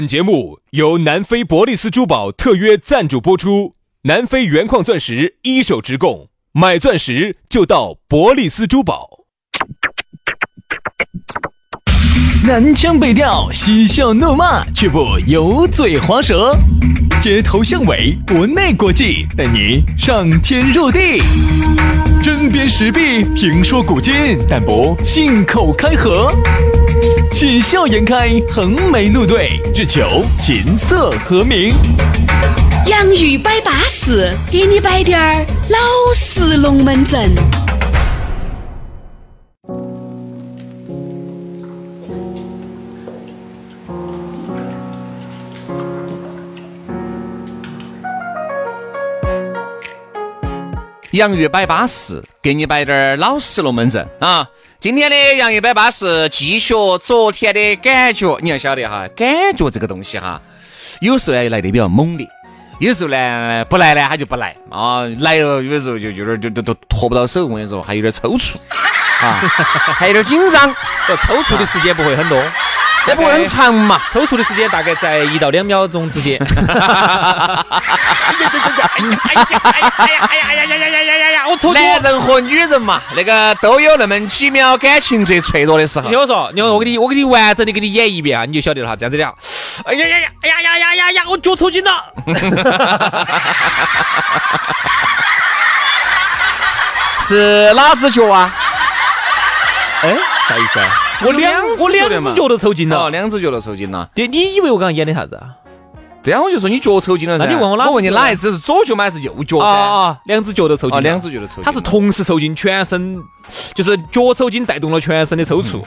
本节目由南非伯利斯珠宝特约赞助播出，南非原矿钻石一手直供，买钻石就到伯利斯珠宝。 南腔北调，嬉笑怒骂，却不油嘴滑舌，街头巷尾，国内国际，带你上天入地。针砭时弊，评说古今，但不信口开河。喜笑颜开，横眉怒对，只求琴瑟和鸣。 洋芋摆巴士，给你摆点儿老式龙门阵。 洋芋摆巴士，给你摆点儿老实龙门阵啊！今天的洋芋摆巴士继续昨天的感觉，你要晓得哈，感觉这个东西哈，有时候呢来的比较猛烈，有时候呢不来呢它就不来啊，来了有的时候就有点都拖不到手，我跟你说还有点抽搐啊，还有点紧张， 抽搐的时间不会很多。 也不会很长嘛， 抽搐的时间大概在1到2秒钟之间。我抽搐。 男人和女人嘛，那个都有那么几秒感情最脆弱的时候。 听我说，我给你完整的给你演一遍啊，你就晓得了哈。这样子的，哎呀，我脚抽筋了。 是哪只脚啊？ 哎，啥意思啊？我两只脚都抽筋了。 哦，两只脚都抽筋了。 你以为我刚刚演的啥子啊？ 对啊，我就说你脚抽筋了噻。 那你问我哪？ 我问你哪一只是左脚吗？还是右脚？ 啊，两只脚都抽筋。 两只脚都抽筋。 它是同时抽筋，全身就是脚抽筋带动了全身的抽搐。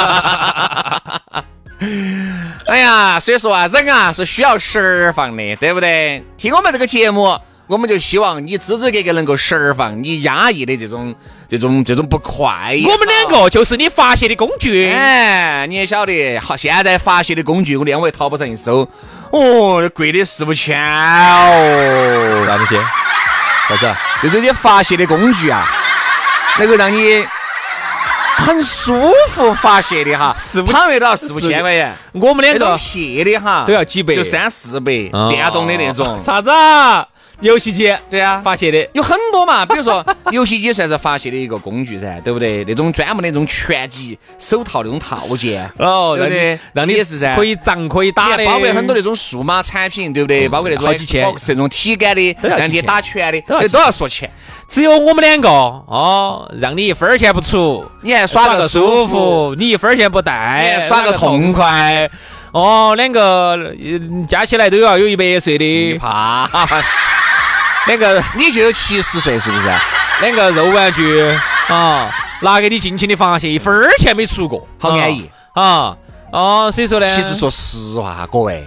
哎呀，所以说啊，人啊是需要释放的，对不对？听我们这个节目，我们就希望你支支格格能够释放你压抑的这种不快。 我们两个就是你发泄的工具。 哎，你也晓得，好，现在发泄的工具我两位淘宝上一搜，哦，贵的4、5千哦。 啥东西？啥子？ 就这些发泄的工具啊，能够让你很舒服发泄的哈，4、5千到4、5千块钱。 我们两个撇的哈都要几百， 就3、4倍，电动的那种。 啥子？游戏机，对啊，发泄的有很多嘛，比如说游戏机算是发泄的一个工具噻，对不对？那种专门的那种拳击手套那种套件， 哦， 对不对？ 让你也是噻， 可以涨可以打的， 包括很多那种数码产品，对不对？包括那种好几千， 这种体感的，让你打拳的，都要说钱。 只有我们两个哦，让你1分钱不出， 你还耍个舒服， 你1分钱不带， 你还耍个痛快。 哦，两个加起来都要有100岁的， 怕。 两个你就有70岁是不是？ 两个肉玩具啊，拿给你尽情的发泄，1分钱没出过， 好安逸啊！哦，所以说呢， 其实说实话，各位，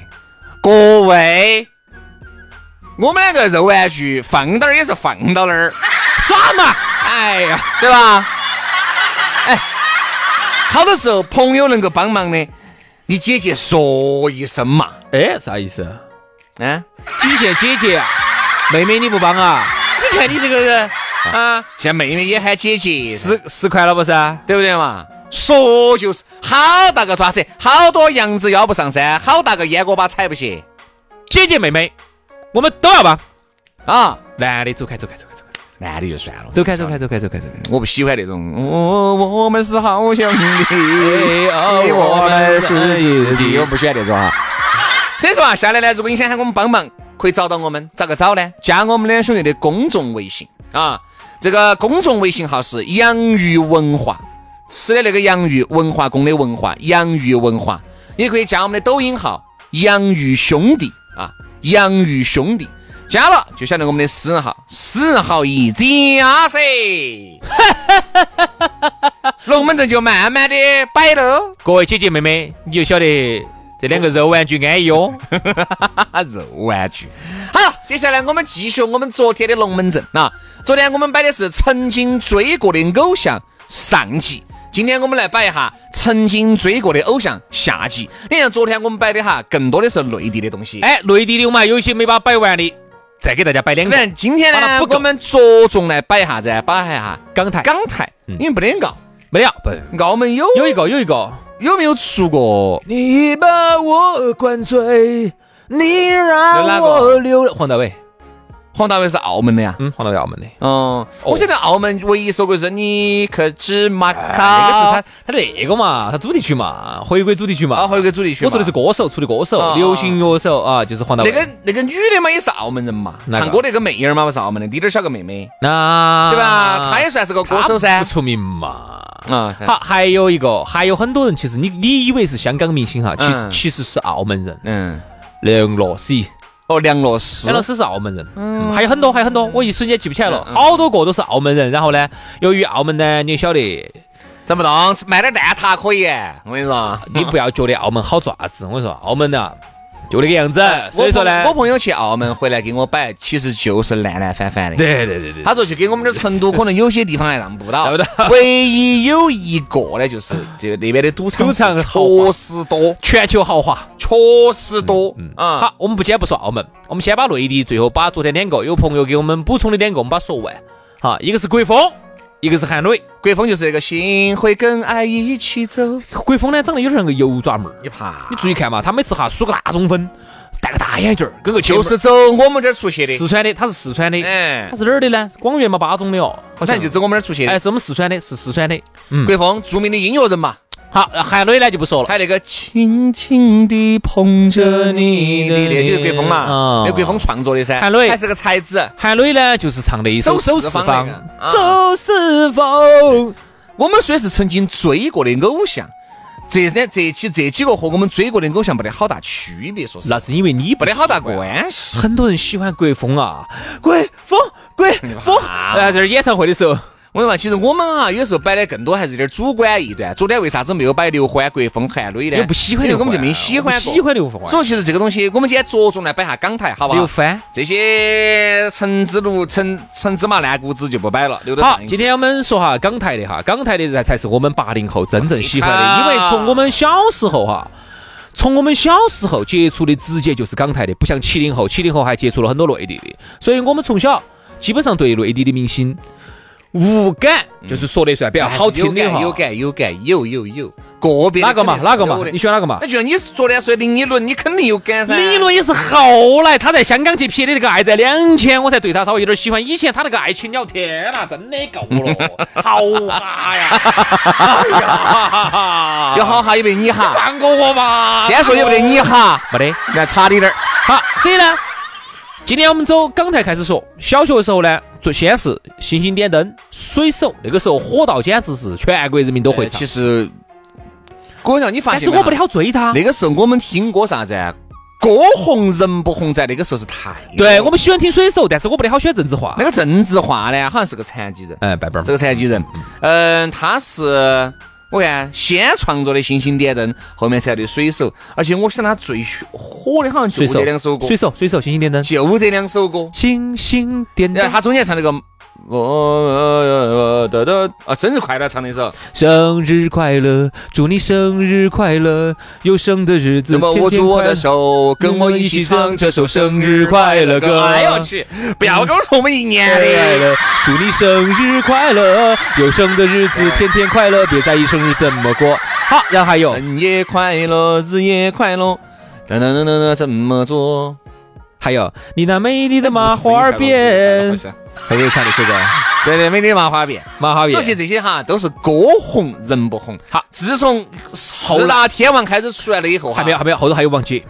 我们两个肉玩具放到那儿也是放到那儿耍嘛，哎呀，对吧？哎，好多时候朋友能够帮忙的，你姐姐说一声嘛。 哎，啥意思？ 啊， 姐姐啊。妹妹你不帮啊？你看你这个人啊， 现在妹妹也喊姐姐 ，10块了不是？ 对不对嘛？说就是好大个爪子，好多羊子腰不上山，好大个烟锅巴踩不斜。 姐姐妹妹，我们都要帮啊！ 男的走开， 男的就算了， 走开。 我不喜欢那种，我们是好兄弟，我们是自己，我不喜欢那种啊。所以说啊，下来呢，如果你想喊我们帮忙，可以找到我们，咋个找呢？加我们两兄弟的公众微信啊，这个公众微信号是洋芋文化，吃的那个洋芋，文化宫的文化，洋芋文化。也可以加我们的抖音号洋芋兄弟啊，洋芋兄弟，加了就晓得我们的私人号一加噻，龙门阵就慢慢的摆喽。 各位姐姐妹妹，你就晓得这两个肉玩具安逸哦。 肉玩具。好，接下来我们继续我们昨天的龙门阵啊。昨天我们摆的是曾经追过的偶像上集，今天我们来摆一下曾经追过的偶像下集。你看昨天我们摆的哈，更多的是内地的东西。 哎，内地的我们有一些没把摆完的，再给大家摆两个。 今天呢，我们着重来摆一下子，摆一下港台， 因为不得搞。 没有， 澳门有一个有没有出过？ 你把我灌醉，你让我流了。黄大炜。 黄大炜是澳门的呀， 黄大炜澳门的。 我晓得澳门唯一一首歌是你可知马卡， 那个是他那个嘛，他主题曲嘛，回归主题曲嘛。 回归主题曲。 我说的是歌手，出的歌手，流行乐手啊，就是黄大炜。 那个女的嘛也是澳门人嘛，唱歌那个妹儿嘛不是澳门的，滴点小个妹妹， 那对吧？她也算是个歌手噻， 不出名嘛。好，还有很多人，其实你以为是香港明星哈，其实是澳门人。梁洛施。 梁洛施是澳门人，还有很多，我一瞬间记不起来了，好多个都是澳门人。然后呢，由于澳门呢，你晓得， 怎么弄？卖点蛋挞可以，我跟你说， 你不要觉得澳门好爪子，我跟你说，澳门呢就那个样子。所以说呢， 我朋友去澳门回来给我摆，其实就是烂烂翻翻的。 对， 他说去给我们这成都，可能有些地方还让不到，唯一有一个呢，就是这个那边的赌场确实多， 全球豪华， 确实多。 好，我们今天不说澳门，我们先把内地最后把昨天2个有朋友给我们补充的2个，我们把它说完。好，一个是国风，一个是韩磊。 国风就是那个心会跟爱一起走。 国风呢长得有点像个油爪妹儿， 你注意看嘛，他每次数个大中分，戴个大眼镜，跟个就是走我们这儿出去的。 四川的，他是四川的，他是哪儿的呢？是广元嘛，8中的哦， 好像就走我们这儿出去的。 是我们四川的，是四川的。 国风著名的音乐人嘛。 好，韩磊呢就不说了， 还有那个轻轻地碰着你的，就是国风嘛，那国风创作的噻。 韩磊还是个才子。 韩磊呢就是唱的一首走四方， 走四方。我们虽然是曾经追过的偶像，这几个和我们追过的偶像没得好大区别，说是那是因为你没得好大关系。 很多人喜欢国风啊，国风，在这演唱会的时候。 我跟你说，其实我们有时候摆的更多还是有点主观臆断。昨天为啥子没有摆刘欢、国风、韩磊呢？ 因为不喜欢刘欢，我们就没喜欢过。 喜欢刘欢。 所以其实这个东西，我们今天着重来摆下港台，好不好？ 刘欢这些陈芝麻烂谷子就不摆了。 好，今天我们说哈港台的哈，港台的才是我们80后真正喜欢的，因为从我们小时候接触的直接就是港台的，不像70后还接触了很多内地的，所以我们从小基本上对内地的明星无感，就是说的算比较好听的哈。 有个别哪个嘛？你选哪个嘛？ 那就像你昨天说林依轮，你肯定有感噻。 林依轮也是后来他在香港去撇的这个爱在2000，我才对他稍微有点喜欢。以前他那个爱情了，天哪，真的够了，好哈呀！哎呀， 有好哈也不得你哈， 放过我吧。 先说也不得你哈， 没得， 来差你点儿。 好，所以呢，今天我们走港台开始说。小学的时候呢，先是星星点灯、水手，那个时候火到简直是全国人民都会唱。 其实，我讲你发现， 但是我不得好追他。 那个时候我们听歌啥子？歌红人不红，在那个时候是太对。我们喜欢听水手，但是我不得好喜欢郑智化。 那个郑智化呢，好像是个残疾人。 拜拜。 这个残疾人，他是。我看先创作的星星点灯，后面才的水手，而且我想他最火的好像就这2首歌， 水手，星星点灯， 就这2首歌， 星星点灯。 他中间唱那个生日快乐唱那首， 生日快乐，祝你生日快乐，有生的日子， 那么握住我的手，跟我一起唱这首生日快乐歌。哎呦去，不要跟我说我们1年的， 祝你生日快乐，有生的日子天天快乐，别在意生日怎么过。好，然后还有生也快乐，日也快乐，等等等等怎么做？ 还有你那美丽的麻花辫，会不会唱的这个？ 对，美丽麻花辫。所以这些哈都是歌红人不红。 好， 自从四大天王开始出来了以后， 还没有，后头还有王杰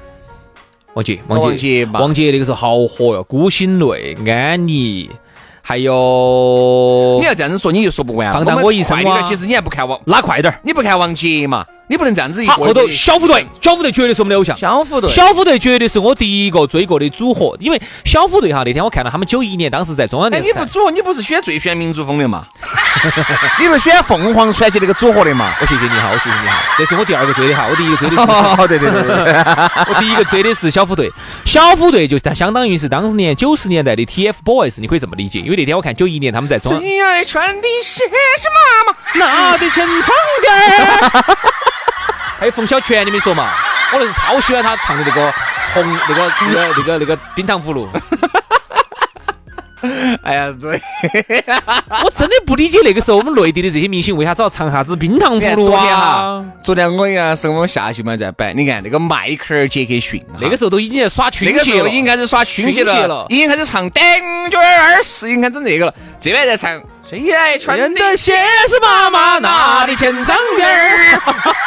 那个时候好火哟，孤星泪、安妮。还有， 你要这样子说，你就说不完。 放荡我一生啊！ 其实你还不看拉快点， 你不看王杰嘛？你不能这样子一个。 后头小虎队绝对是我们的偶像。小虎队绝对是我第一个追过的组合，因为小虎队哈，那天我看到他们91年当时在中央电视台。 你不是最选民族风的嘛？你不选凤凰传奇那个组合的嘛？ 我谢谢你哈，这是我第2个追的哈，我第一个追的是。 对。 我第一个追的是小虎队。小虎队就是它相当于是当年90年代的 TFBOYS， 你可以这么理解。因为那天我看91年他们在中央。 最爱穿的鞋是妈妈拿的钱长点。还有冯小泉，你没说嘛？我那是超喜欢他唱的那个冰糖葫芦。 哎呀，对， 我真的不理解那个时候我们内地的这些明星为啥子要唱啥子冰糖葫芦啊？ 昨天我是我们下戏嘛在摆，你看那个迈克尔·杰克逊， 那个时候都已经在耍群那个戏了， 时候已经开始耍群戏了，已经开始唱丁卷儿是，已经开始这个了。这边在唱谁爱穿的鞋是妈妈拿的钱脏点儿。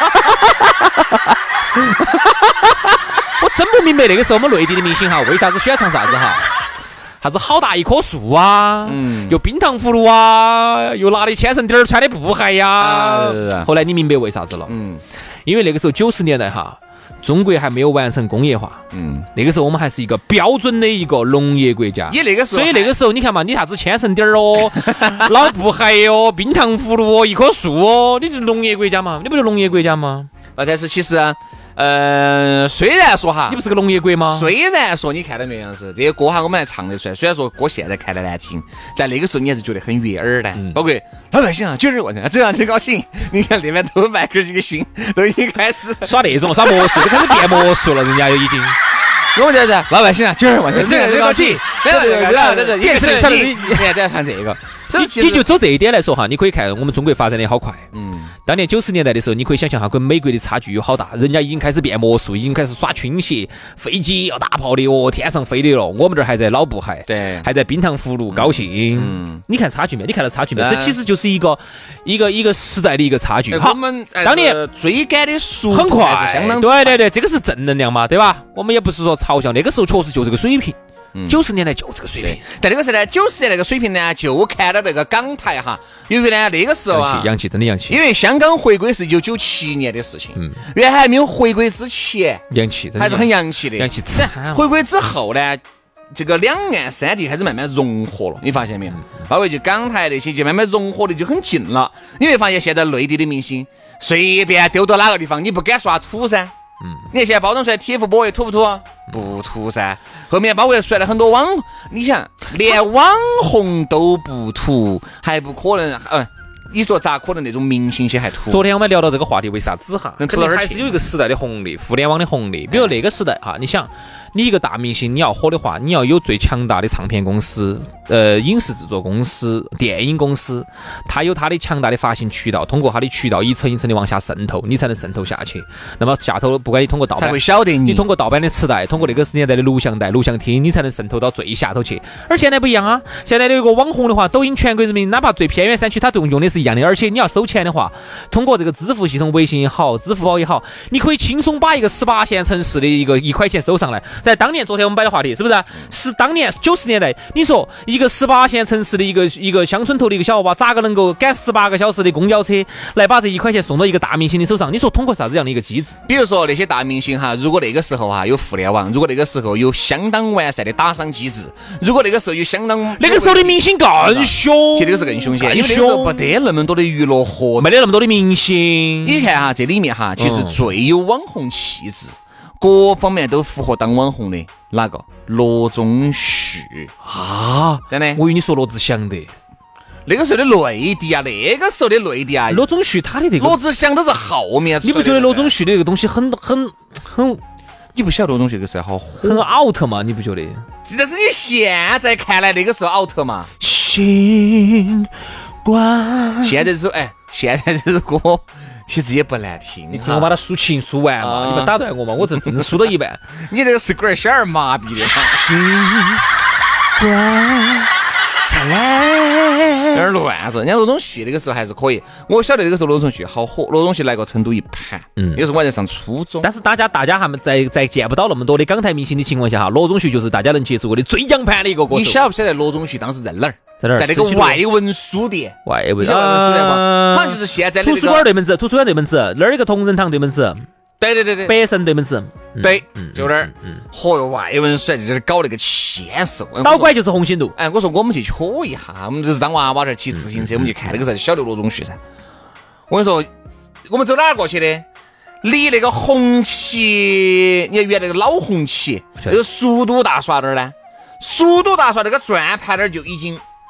我真不明白那个时候我们内地的明星哈，为啥子喜欢唱啥子哈？啥子好大一棵树啊，又冰糖葫芦啊，又拿的千层底儿穿的布鞋呀。后来你明白为啥子了？因为那个时候90年代哈，中国还没有完成工业化。那个时候我们还是一个标准的一个农业国家。 你那个时候， 所以那个时候你看嘛，你啥子千层底儿哦，老布鞋哦，冰糖葫芦哦，一棵树哦，你就农业国家嘛？你不就农业国家吗？ 但是其实啊。虽然说哈， 你不是个农业国吗？ 虽然说你看到没样是这些歌哈，我们还唱得出来。虽然说歌现在看得难听，但那个时候你还是觉得很悦耳的。包括老百姓啊，就是问这样真高兴。你看那边都迈克尔·杰克逊都已经开始耍那种耍魔术，都开始变魔术了，人家已经。 我们这老百姓啊，就是问这样真高兴。电视里唱的，你看在唱这个。 你就走这一点来说哈，你可以看我们中国发展的好快。当年90年代的时候，你可以想象哈，跟美国的差距有好大。人家已经开始变魔术，已经开始耍群戏，飞机要打炮的哦，天上飞的了。我们这儿还在老布鞋， 对， 还在冰糖葫芦高兴。你看差距没？你看到差距没？这其实就是一个时代的一个差距。 我们当年追赶的速度很快， 相当对，这个是正能量嘛，对吧？我们也不是说嘲笑，那个时候确实就这个水平。90年代就这个水平， 但那个时候呢，90年那个水平呢，就看到那个港台哈，由于呢那个时候啊， 洋气真的洋气， 因为香港回归是1997年的事情，原来还没有回归之前， 洋气还是很洋气的， 洋气。 回归之后呢，这个两岸三地开始慢慢融合了，你发现没有？包括就港台那些就慢慢融合的就很近了。你会发现现在内地的明星随便丢到哪个地方，你不敢耍土噻。你看现在包装出来 TFBOYS 土不土？不土噻。后面包括出来了很多网，你想连网红都不土，还不可能？你说咋可能那种明星些还土？ 昨天我们聊到这个话题，为啥子哈？ 能土到哪儿去？ 还是有一个时代的红利，互联网的红利。比如那个时代哈，你想，你一个大明星，你要火的话，你要有最强大的唱片公司、影视制作公司、电影公司，它有它的强大的发行渠道，通过它的渠道一层一层的往下渗透，你才能渗透下去。那么下头不管你通过盗版， 才会晓得你通过盗版的磁带，通过那个年代的录像带、录像厅，你才能渗透到最下头去。而现在不一样啊，现在有一个网红的话，抖音全国人民哪怕最偏远山区，它都用的是一样的，而且你要收钱的话，通过这个支付系统，微信也好，支付宝也好，你可以轻松把一个18线城市的一个1块钱收上来。在当年昨天我们摆的话题是不是？是当年90年代，你说一个18线城市的一个乡村头的一个小娃娃，咋个能够赶18个小时的公交车来把这1块钱送到一个大明星的手上？你说通过啥子样的一个机制？ 比如说那些大明星哈，如果那个时候哈有互联网，如果那个时候有相当完善的打赏机制，如果那个时候有相当那个时候的明星更凶， 其实那个是更凶些，因为那个时候没得那么多的娱乐活， 没得那么多的明星。 你看哈，这里面哈，其实最有网红气质，各方面都符合当网红的哪个？罗中旭啊， 真的？ 我以为你说罗志祥的。 那个时候的内地啊， 罗中旭他的这个罗志祥都是后面。 你不觉得罗中旭的这个东西很？ 你不晓得罗中旭这个时候很 out 吗？你不觉得？ 但是你现在看来那个时候 out 嘛？ 星光。 现在这首歌其实也不难听。 你听我把它抒情抒完嘛，你不打断我嘛？我正抒到一半。 你这个是管小儿麻痹的。 星光灿烂， 有点乱说。人家罗中旭那个时候还是可以，我晓得那个时候罗中旭好火，罗中旭来过成都一盘。那个时候我还在上初中。 但是大家还没在见不到那么多的港台明星的情况下哈，罗中旭就是大家能接触过的最洋盘的一个歌手。 你晓不晓得罗中旭当时在哪儿？ 在哪儿？ 在那个外文书店。 外文书店嘛，好像就是现在的图书馆对门子，那儿一个同仁堂对门子。 对， 北神对门子， 对，就那儿，嚯，外文书在这儿搞那个签售， 倒拐就是红星路。 哎，我说我们去瞧一下，我们就是当娃娃这儿骑自行车，我们去看那个时候小的罗中旭噻。我跟你说，我们走哪儿过去的？离那个红旗，你看原来那个老红旗，那个速度大厦那儿呢？速度大厦那个转盘那儿就已经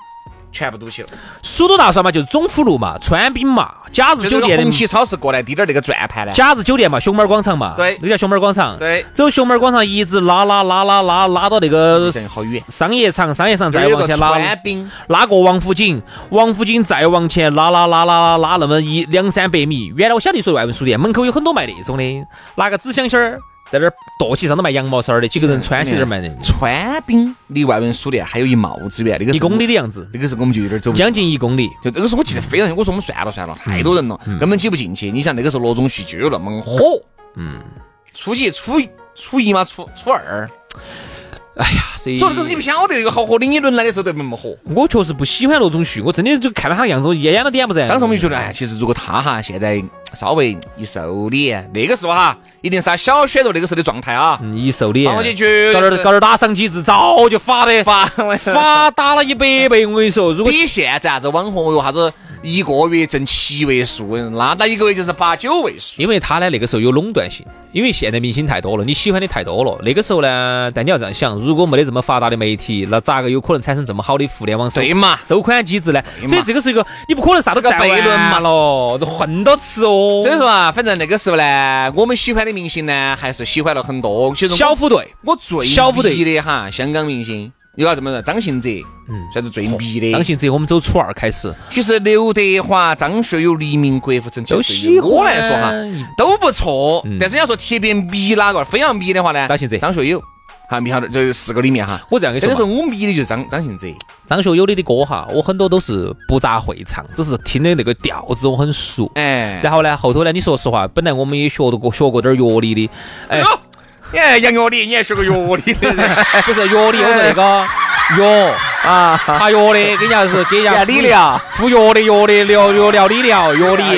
全部堵起了。 蜀都大厦嘛，就是总府路嘛，川滨嘛，假日酒店的红旗超市过来滴点那个转盘呢。 假日酒店嘛，熊猫广场嘛， 对， 那叫熊猫广场。 对， 走熊猫广场一直拉到那个好远商业场再往前拉过王府井再往前拉那么200-300米。原来我晓得你说外文书店门口有很多卖那种的，拿个纸箱箱在那儿垛起上头卖羊毛衫的，几个人穿起在那儿卖的。 川滨离外文书店还有1毛之远，那个 1公里的样子， 那个时候我们就有点走， 将近1公里。 就那个时候我记得非常，我说我们算了，太多人了，根本挤不进去。你想那个时候罗中旭就有那么火，初几、初一嘛，初二。 哎呀，所以那个时候你不晓得这个好火的，你轮来的时候都那么火。 我确实不喜欢罗中旭，我真的就看到他的样子，我眼都点不着。 当时我们就觉得，哎，其实如果他哈现在稍微一收敛，那个时候哈，一定是他小选择那个时候的状态啊。 一收敛， 我就觉得搞点打赏机制，早就发打了100倍。我跟你说，如果比现在啥子网红有啥子1个月挣7位数，那1个月就是8、9位数。 因为他呢那个时候有垄断性，因为现在明星太多了，你喜欢的太多了。那个时候呢，但你要这样想，如果没得这么发达的媒体，那咋个有可能产生这么好的互联网收款机制呢？所以这个是一个你不可能啥都个悖论嘛咯，这混到吃哦。 所以说啊，反正那个时候呢，我们喜欢的明星呢，还是喜欢了很多。 小虎队， 我最迷的哈，香港明星有个什么张信哲，算是最迷的。 张信哲，我们走初二开始。 其实刘德华、张学友、黎明、郭富城， 都喜欢。 我来说哈，都不错。但是你要说特别迷哪个，非常迷的话呢， 张信哲、 张学友。哈，迷好的这4个里面哈， 我这样跟你说， 那时候我迷的就是张信哲、 张学友的歌哈，我很多都是不咋会唱，只是听的那个调子我很熟。然后呢，后头呢，你说实话，本来我们也学过点乐理的。 杨乐理，你还学个乐理的？ 不是乐理，我说那个药啊，查药的，给人家是给人家理疗， 敷药的药的疗理疗药理。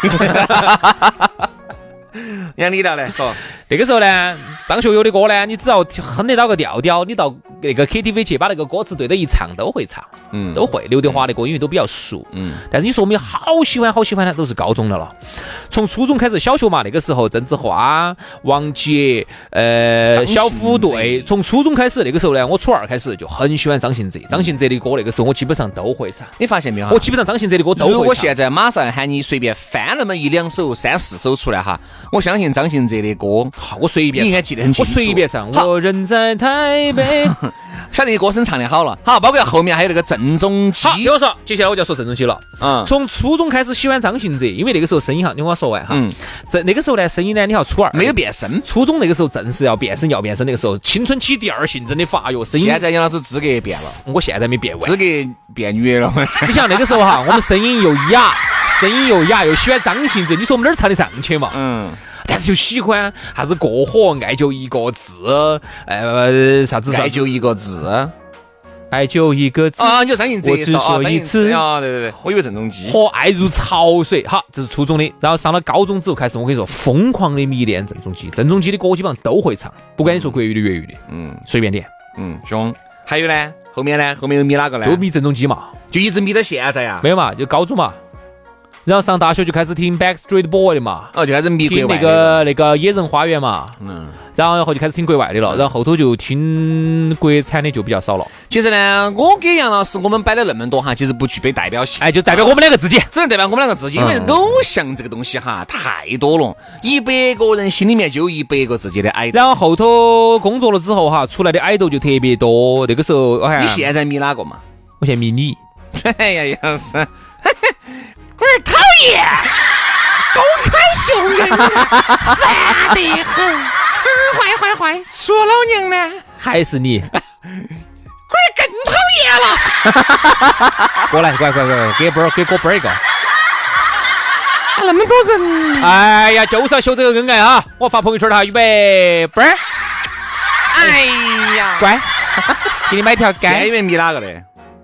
杨理疗来说， 那个时候呢，张学友的歌呢，你只要哼得到个调调，你到那个 KTV 去把那个歌词对着一唱，都会唱，都会。刘德华的歌因为都比较熟，但是你说我们好喜欢的都是高中的了。从初中开始，小学嘛，那个时候郑智化、王杰、小虎队。从初中开始，那个时候呢，我初二开始就很喜欢张信哲。张信哲的歌那个时候我基本上都会唱。 你发现没有？ 我基本上张信哲的歌都会唱。 如果现在马上喊你随便翻那么1、2首、3、4首出来哈，我相信张信哲的歌， 我随便唱， 你应该记得很清楚。 我随便唱，我人在台北。 晓得你歌声唱得好了，好，包括后面还有那个郑中基。 好，比如说，接下来我就要说郑中基了。从初中开始喜欢张信哲，因为那个时候声音哈，你听我说完哈。那个时候呢，声音呢，你好初二没有变声， 初中那个时候正是要变声，那个时候青春期第2性真的发育，声音。 现在杨老师资格变了， 我现在没变完， 资格变女了。 你想那个时候哈，我们声音又哑，又喜欢张信哲，你说我们哪儿唱得上去嘛？但是就喜欢啥子过火，爱就一个字，啥子爱就一个字， 爱就一个字啊！你就张信哲， 我只说一次啊！对，我以为郑中基和爱如潮水。好，这是初中的，然后上了高中之后开始，我跟你说，疯狂的迷恋郑中基。郑中基的歌基本上都会唱，不管你说国语的、粤语的，随便点， 凶。还有呢，后面又迷哪个呢？ 就迷郑中基嘛， 就一直迷到现在呀？ 没有嘛，就高中嘛。然后上大学就开始听 Backstreet Boy 的嘛， 就开始迷国外的那个野人花园嘛，然后就开始听国外的了，然后后头就听国产的就比较少了。 其实呢，我给杨老师我们摆了那么多哈，其实不具备代表性， 就代表我们2个自己， 只能代表我们2个自己，因为偶像这个东西哈太多了，100个人心里面就有100个自己的爱豆。 然后后头工作了之后哈，出来的爱豆就特别多。那个时候， 你现在迷哪个嘛？ 我现在迷你。 哎呀，杨老师。 龟儿讨厌，公开秀人，烦得很。坏， 说老娘呢？ 还是你？龟儿更讨厌了。 过来，给哥啵一个。 那么多人， 哎呀，就是要秀这个恩爱哈！我发朋友圈哈，预备啵儿。 哎呀， 乖，给你买条街。 因为迷哪个的？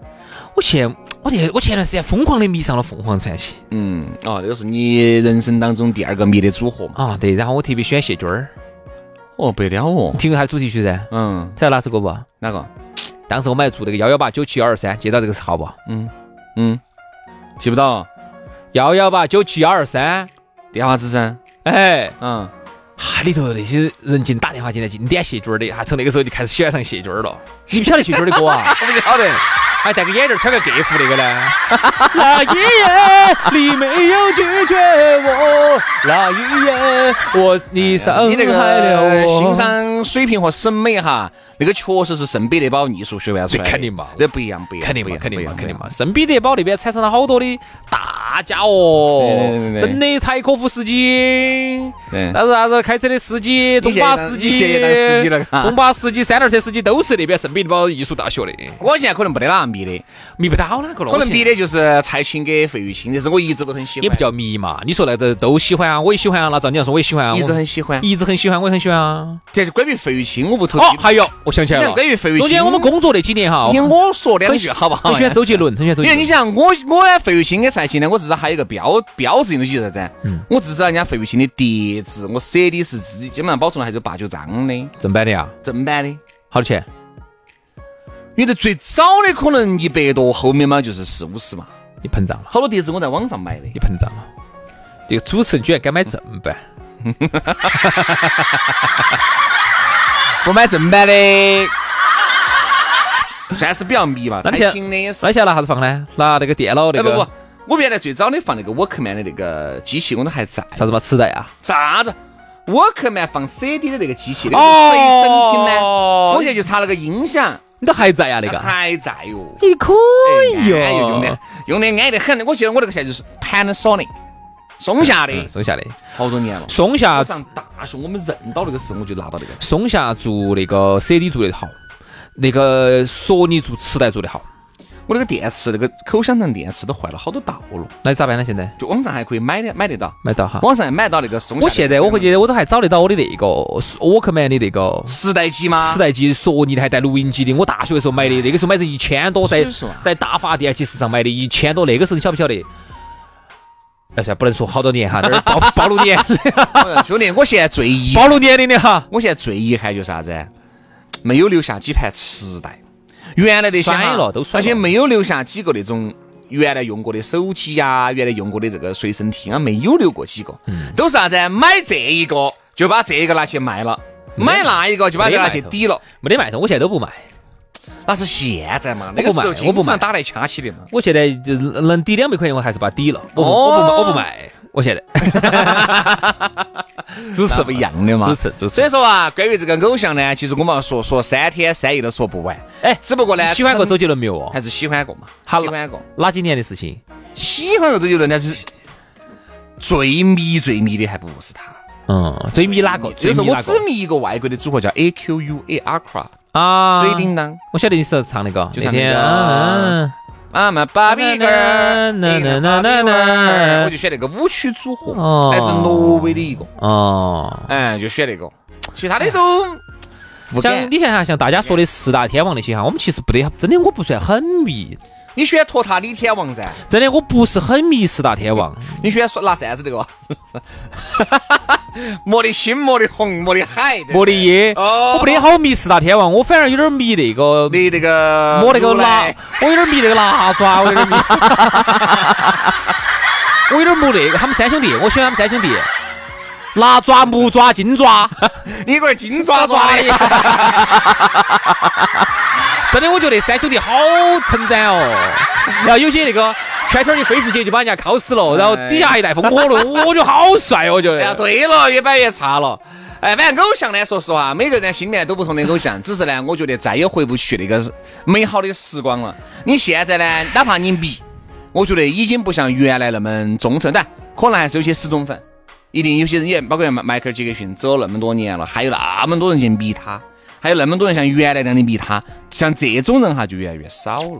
我前段时间疯狂的迷上了凤凰传奇。 这个是你人生当中第2个迷的组合嘛？ 对，然后我特别喜欢谢军儿。 不了哦， 你听过他的主题曲噻？知道哪首歌不？ 哪个？ 当时我们还做那个1189723，记到这个号不？ 记不到。 1189723 电话之声。 里头那些人进打电话进来经典谢军的，从那个时候就开始喜欢上谢军了。你不晓得谢军的歌啊？ 我不晓得。 还戴个眼镜穿个格服那个呢？那一夜你没有拒绝我，那一夜你伤害了我。 欣赏水平和审美哈，那个确实是圣彼得堡艺术学院出来的， 肯定嘛， 那不一样， 肯定嘛。圣彼得堡那边产生了好多的大家哦，真的柴可夫斯基，但是啥子开车的司机、中巴司机、三轮车司机都是那边圣彼得堡艺术大学的。 我现在可能没得哪迷的， 迷不到那个了。 可能迷的就是蔡琴跟费玉清，这是我一直都很喜欢。 也不叫迷嘛，你说那个都喜欢啊，我也喜欢啊。那照你要说我也喜欢啊， 一直很喜欢， 我也很喜欢啊。 这是关于费玉清，我不投。 还有，我想起来了， 关于费玉清， 中间我们工作那几年哈， 听我说两句好不好？ 很喜欢周杰伦，因为你想我费玉清跟蔡琴呢，我至少还有一个标志性的就是啥子？我至少人家费玉清的碟子，我 CD 是自己基本上保存了还是8-9张的， 正版的呀， 正版的， 好多钱？ 因为最早的可能100多，后面嘛就是40-50嘛。 你膨胀了， 好多碟子我在网上买的。 你膨胀了，这个主持人居然敢买正版， 不买正版的，算是比较迷嘛。蔡琴的也是。 那现在拿啥子放呢？拿那个电脑那个？ 不，我原来最早的放那个 Walkman 的那个机器我都还在。 啥子嘛？磁带啊？ 啥子？Walkman 放 CD 的那个机器，那个随身听呢？我现在就插了个音响。 你都还在呀？那个还在哟， 你可以哟， 用的安得很。我记得我那个现在就是 Panasonic 松下的，好多年了。 松下上大学我们认到那个时候我就拿到那个。 松下做那个 CD 做的好，那个索尼做磁带做的好。 我那个电池，那个口香糖电池都坏了好多道了。 那你咋办呢？现在就网上还可以买得到哈。网上还买到那个松下。 我现在我回去我都还找得到我的那个Walkman的那个磁带机吗？ 磁带机，索尼的还带录音机的。我大学的时候买的，那个时候买成1000多，在大发电器市场买的1000多。那个时候你晓不晓得？现在不能说好多年哈，这是暴露年。 兄弟，我现在最暴露年龄的哈。 我现在最遗憾就是啥子？没有留下几盘磁带。原来那些甩了都甩了， 而且没有留下几个那种原来用过的手机啊，原来用过的这个随身听啊，没有留过几个，都是啥子？买这一个就把这个拿去卖了，买那一个就把这个拿去抵了， 没得卖头，我现在都不卖。 那是现在嘛，那个时候我不卖， 打来掐起的嘛。 我现在就能抵200块钱，我还是把它抵了。我不卖，我现在。 主持不一样的嘛， 主持。 所以说啊，关于这个偶像呢，其实我们要说3天3夜都说不完。只不过呢， 喜欢过周杰伦没有？ 还是喜欢过嘛？喜欢过。 哪几年的事情？ 喜欢过周杰伦，但是最迷的还不是他。 最迷哪个？ 就是我只迷一个外国的组合叫 AQUA Aqua 啊， 水叮当。 我晓得你是唱那个， 就唱那个。I'm a Barbie girl， 我就选那个舞曲组合，还是挪威的一个，就选那个，其他的都像你看哈，像大家说的4大天王那些哈，我们其实不得，真的我不算很迷。 你选托塔李天王噻？ 真的我不是很迷4大天王。 你选拿扇子这个？磨的青，磨的红，磨的海， 磨的夜。我不得好迷4大天王，我反而有点迷那个磨那个我有点迷那个腊爪，我有点迷。我有点迷那个他们3兄弟，我喜欢他们3兄弟。腊爪、木爪、金爪， 你个金爪的。 真的，我觉得3兄弟好称赞哦。然后有些那个圈圈一飞出去就把人家铐死了，然后底下一带风火轮，我觉得好帅，我觉得。 对了，越摆越差了。反正偶像呢，说实话，每个人心里面都不同的偶像，只是呢，我觉得再也回不去那个美好的时光了。你现在呢，哪怕你迷，我觉得已经不像原来那么忠诚，但可能还是有些死忠粉。一定有些人也包括迈克尔·杰克逊走了那么多年了，还有那么多人去迷他，还有那么多人像原来那样的迷他，像这种人哈就越来越少了。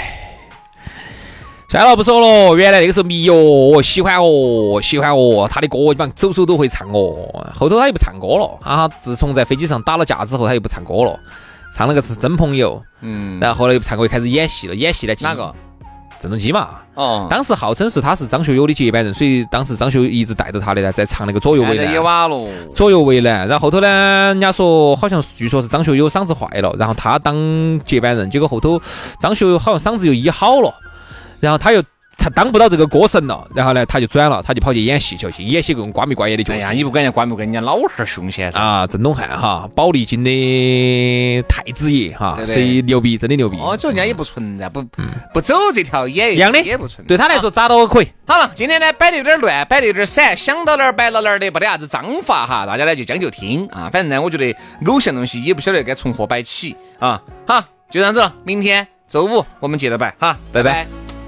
算了不说了，原来那个时候迷喜欢他的歌基本上走手都会唱后头他又不唱歌了啊，自从在飞机上打了架之后他又不唱歌了，唱了个是真朋友，然后后来又不唱歌，又开始演戏了。演戏呢哪个？ 郑中基嘛，当时号称是他是张学友的接班人，所以当时张学友一直带着他的呢，在唱那个左右为难。左右为难，然后后头呢，人家说好像据说是张学友嗓子坏了，然后他当接班人，结果后头张学友好像嗓子又医好了，然后他又他当不到这个歌神了，然后呢，他就转了，他就跑去演戏去，演些各种瓜米瓜眼的角色。 哎呀，你不管人家瓜米瓜，人家老汉熊先生啊，郑东汉哈，宝丽金的太子爷哈，谁牛逼，真的牛逼。 哦，这人家也不存在，不走这条也一样的， 也不存在。 对他来说咋都可以。 好了，今天呢摆的有点乱，摆的有点散，想到哪儿摆到哪儿的，没得啥子章法哈，大家呢就将就听啊。反正呢，我觉得偶像东西也不晓得该从何摆起啊。好，就这样子了，明天周五我们接着摆哈，拜拜。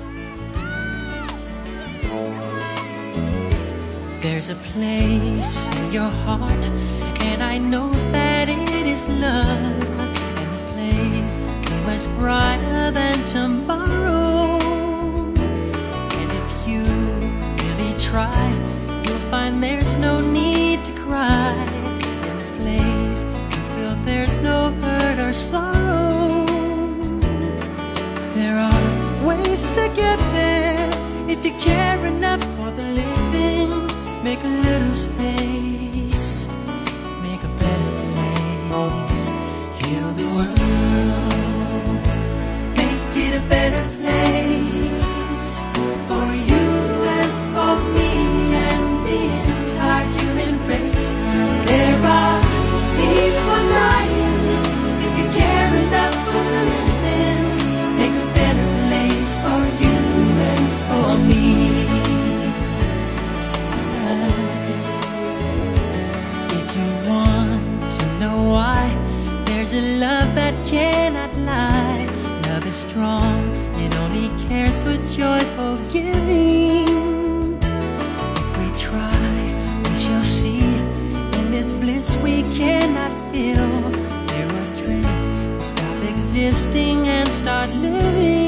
There's a place in your heart, and I know that it is love. And this place is much brighter than tomorrow. And if you really try, you'll find there's no need to cry. In this place, you feel there's no hurt or sorrow. There are ways to get there if you care enough for the living. Make a little space, make a better place, heal the world, make it a better place, for you and for me and the entire human race. There are people dying, if you care enough for the living, make a better place for you and for me. There's a love that cannot lie. Love is strong, it only cares for joyful giving. If we try, we shall see. In this bliss we cannot feel. There are dreams, we stop existing and start living.